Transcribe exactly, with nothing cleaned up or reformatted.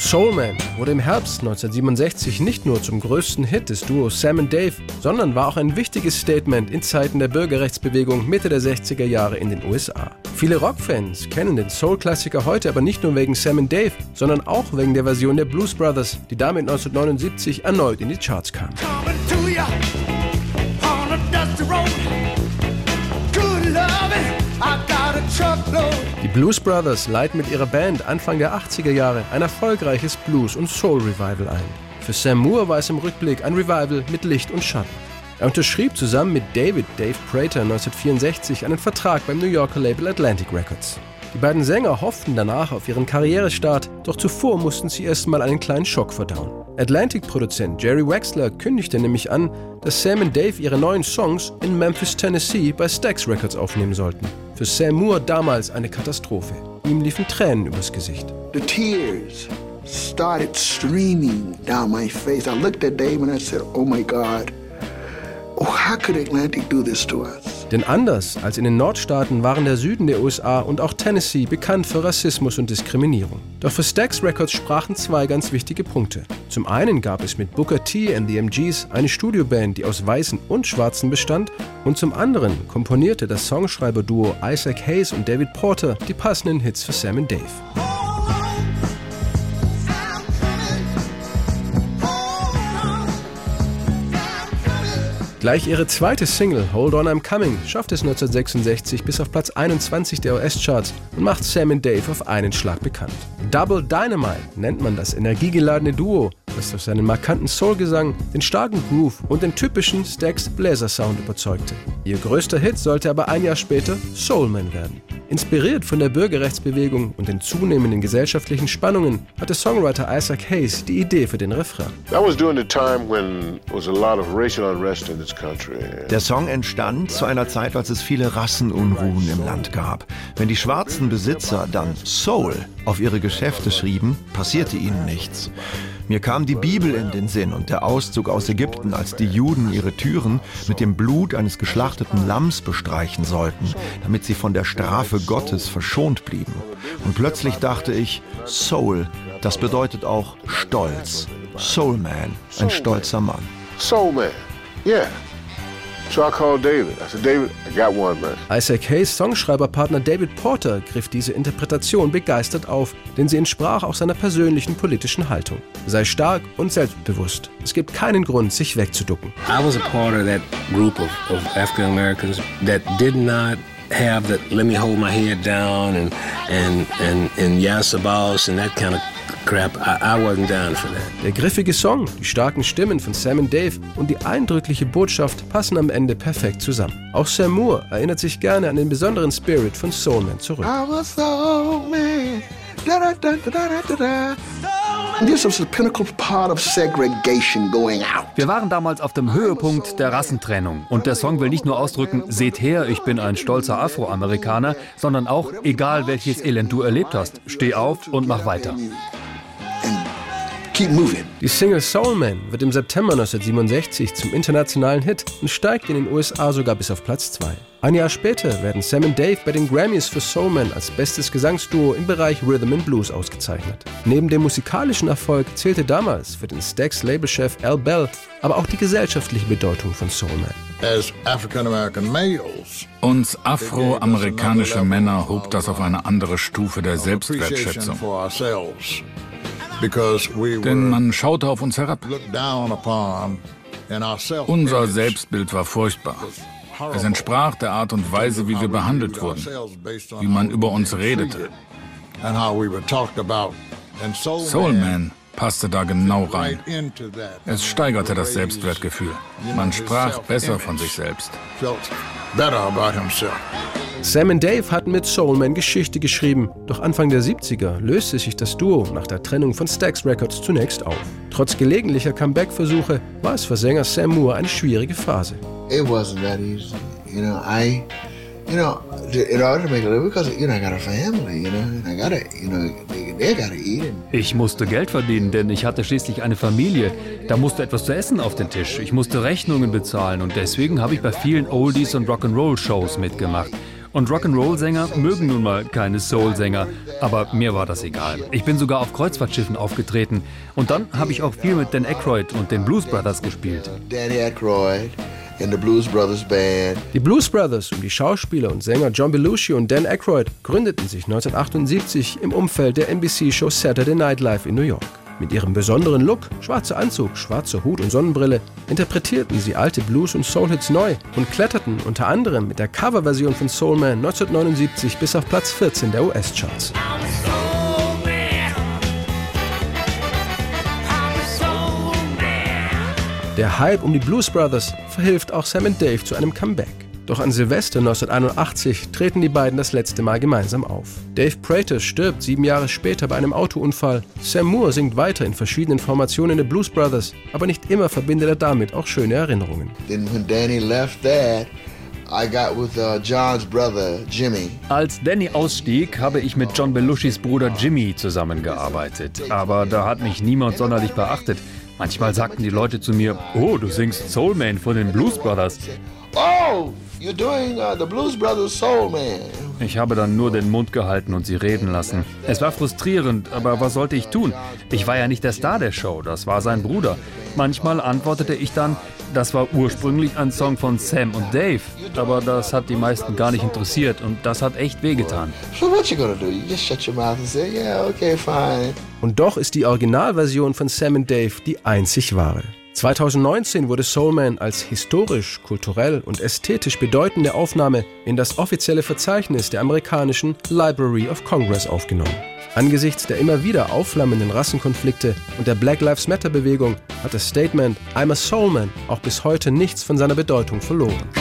Soul Man wurde im Herbst neunzehnhundertsiebenundsechzig nicht nur zum größten Hit des Duos Sam und Dave, sondern war auch ein wichtiges Statement in Zeiten der Bürgerrechtsbewegung Mitte der sechziger Jahre in den U S A. Viele Rockfans kennen den Soul-Klassiker heute aber nicht nur wegen Sam und Dave, sondern auch wegen der Version der Blues Brothers, die damit neunzehnhundertneunundsiebzig erneut in die Charts kam. Die Blues Brothers leiten mit ihrer Band Anfang der achtziger Jahre ein erfolgreiches Blues- und Soul-Revival ein. Für Sam Moore war es im Rückblick ein Revival mit Licht und Schatten. Er unterschrieb zusammen mit David Dave Prater neunzehnhundertvierundsechzig einen Vertrag beim New Yorker Label Atlantic Records. Die beiden Sänger hofften danach auf ihren Karrierestart, doch zuvor mussten sie erst mal einen kleinen Schock verdauen. Atlantic-Produzent Jerry Wexler kündigte nämlich an, dass Sam und Dave ihre neuen Songs in Memphis, Tennessee bei Stax Records aufnehmen sollten. Für Sam Moore damals eine Katastrophe. Ihm liefen Tränen übers Gesicht. The tears started streaming down my face. I looked at Dave and I said, oh my God, oh, how could Atlantic do this to us? Denn anders als in den Nordstaaten waren der Süden der U S A und auch Tennessee bekannt für Rassismus und Diskriminierung. Doch für Stax Records sprachen zwei ganz wichtige Punkte. Zum einen gab es mit Booker T and the M Gs eine Studioband, die aus Weißen und Schwarzen bestand, und zum anderen komponierte das Songschreiberduo Isaac Hayes und David Porter die passenden Hits für Sam und Dave. Gleich ihre zweite Single, Hold On I'm Coming, schafft es neunzehnhundertsechsundsechzig bis auf Platz einundzwanzig der U S-Charts und macht Sam und Dave auf einen Schlag bekannt. Double Dynamite nennt man das energiegeladene Duo, das durch seinen markanten Soul-Gesang, den starken Groove und den typischen Stax Bläser-Sound überzeugte. Ihr größter Hit sollte aber ein Jahr später Soul Man werden. Inspiriert von der Bürgerrechtsbewegung und den zunehmenden gesellschaftlichen Spannungen hatte Songwriter Isaac Hayes die Idee für den Refrain. Der Song entstand zu einer Zeit, als es viele Rassenunruhen im Land gab. Wenn die schwarzen Besitzer dann Soul auf ihre Geschäfte schrieben, passierte ihnen nichts. Mir kam die Bibel in den Sinn und der Auszug aus Ägypten, als die Juden ihre Türen mit dem Blut eines geschlachteten Lamms bestreichen sollten, damit sie von der Strafe Gottes verschont blieben. Und plötzlich dachte ich, Soul, das bedeutet auch Stolz. Soul Man, ein stolzer Mann. Soul Man, yeah. So I called David. I said, David, I got one, man. Isaac Hayes' Songschreiberpartner David Porter griff diese Interpretation begeistert auf, denn sie entsprach auch seiner persönlichen politischen Haltung. Sei stark und selbstbewusst. Es gibt keinen Grund, sich wegzuducken. I was a part of that group of, of African Americans that did not have that let me hold my head down and and and and yes boss and that kind of crap. I, I wasn't down for that. Der griffige Song, die starken Stimmen von Sam und Dave und die eindrückliche Botschaft passen am Ende perfekt zusammen. Auch Sam Moore erinnert sich gerne an den besonderen Spirit von Soul Man zurück. I was Soul Man. Da, da, da, da, da, da. This was the pinnacle part of segregation going out. Wir waren damals auf dem Höhepunkt der Rassentrennung. Und der Song will nicht nur ausdrücken, seht her, ich bin ein stolzer Afroamerikaner, sondern auch, egal welches Elend du erlebt hast, steh auf und mach weiter. Die Single Soul Man wird im September neunzehnhundertsiebenundsechzig zum internationalen Hit und steigt in den U S A sogar bis auf Platz zwei. Ein Jahr später werden Sam und Dave bei den Grammys für Soul Man als bestes Gesangsduo im Bereich Rhythm and Blues ausgezeichnet. Neben dem musikalischen Erfolg zählte damals für den Stax-Labelchef Al Bell aber auch die gesellschaftliche Bedeutung von Soul Man. As African American males, Uns afroamerikanische Männer hob das auf eine andere Stufe der Selbstwertschätzung. Denn man schaute auf uns herab. Unser Selbstbild war furchtbar. Es entsprach der Art und Weise, wie wir behandelt wurden, wie man über uns redete. Soul Man passte da genau rein. Es steigerte das Selbstwertgefühl. Man sprach besser von sich selbst. Sam und Dave hatten mit Soul Man Geschichte geschrieben, doch Anfang der siebziger löste sich das Duo nach der Trennung von Stax Records zunächst auf. Trotz gelegentlicher Comeback-Versuche war es für Sänger Sam Moore eine schwierige Phase. It wasn't that easy, you know. I, you know, in order to make a living, because you know I got a family, you know, and I gotta, you know, they, they gotta eat. Ich musste Geld verdienen, denn ich hatte schließlich eine Familie. Da musste etwas zu essen auf den Tisch. Ich musste Rechnungen bezahlen und deswegen habe ich bei vielen Oldies und Rock'n'Roll-Shows mitgemacht. Und Rock'n'Roll-Sänger mögen nun mal keine Soul-Sänger. Aber mir war das egal. Ich bin sogar auf Kreuzfahrtschiffen aufgetreten. Und dann habe ich auch viel mit Dan Aykroyd und den Blues Brothers gespielt. Danny Aykroyd and the Blues Brothers Band. Die Blues Brothers um die Schauspieler und Sänger John Belushi und Dan Aykroyd gründeten sich neunzehnhundertachtundsiebzig im Umfeld der N B C-Show Saturday Night Live in New York. Mit ihrem besonderen Look, schwarzer Anzug, schwarzer Hut und Sonnenbrille, interpretierten sie alte Blues- und Soul-Hits neu und kletterten unter anderem mit der Coverversion von Soul Man neunzehnhundertneunundsiebzig bis auf Platz vierzehn der U S-Charts. Der Hype um die Blues Brothers verhilft auch Sam und Dave zu einem Comeback. Doch an Silvester neunzehnhunderteinundachtzig treten die beiden das letzte Mal gemeinsam auf. Dave Prater stirbt sieben Jahre später bei einem Autounfall. Sam Moore singt weiter in verschiedenen Formationen der Blues Brothers, aber nicht immer verbindet er damit auch schöne Erinnerungen. Then when Danny left that, I got with uh, John's brother Jimmy. Als Danny ausstieg, habe ich mit John Belushis Bruder Jimmy zusammengearbeitet. Aber da hat mich niemand sonderlich beachtet. Manchmal sagten die Leute zu mir, oh, du singst Soul Man von den Blues Brothers. Oh, you're doing uh, the Blues Brothers Soul Man. Ich habe dann nur den Mund gehalten und sie reden lassen. Es war frustrierend, aber was sollte ich tun? Ich war ja nicht der Star der Show, das war sein Bruder. Manchmal antwortete ich dann, das war ursprünglich ein Song von Sam und Dave. Aber das hat die meisten gar nicht interessiert und das hat echt wehgetan. So what you gonna do? You just shut your mouth and say, yeah, okay, fine. Und doch ist die Originalversion von Sam und Dave die einzig wahre. zweitausendneunzehn wurde Soul Man als historisch, kulturell und ästhetisch bedeutende Aufnahme in das offizielle Verzeichnis der amerikanischen Library of Congress aufgenommen. Angesichts der immer wieder aufflammenden Rassenkonflikte und der Black Lives Matter Bewegung hat das Statement I'm a Soul Man auch bis heute nichts von seiner Bedeutung verloren.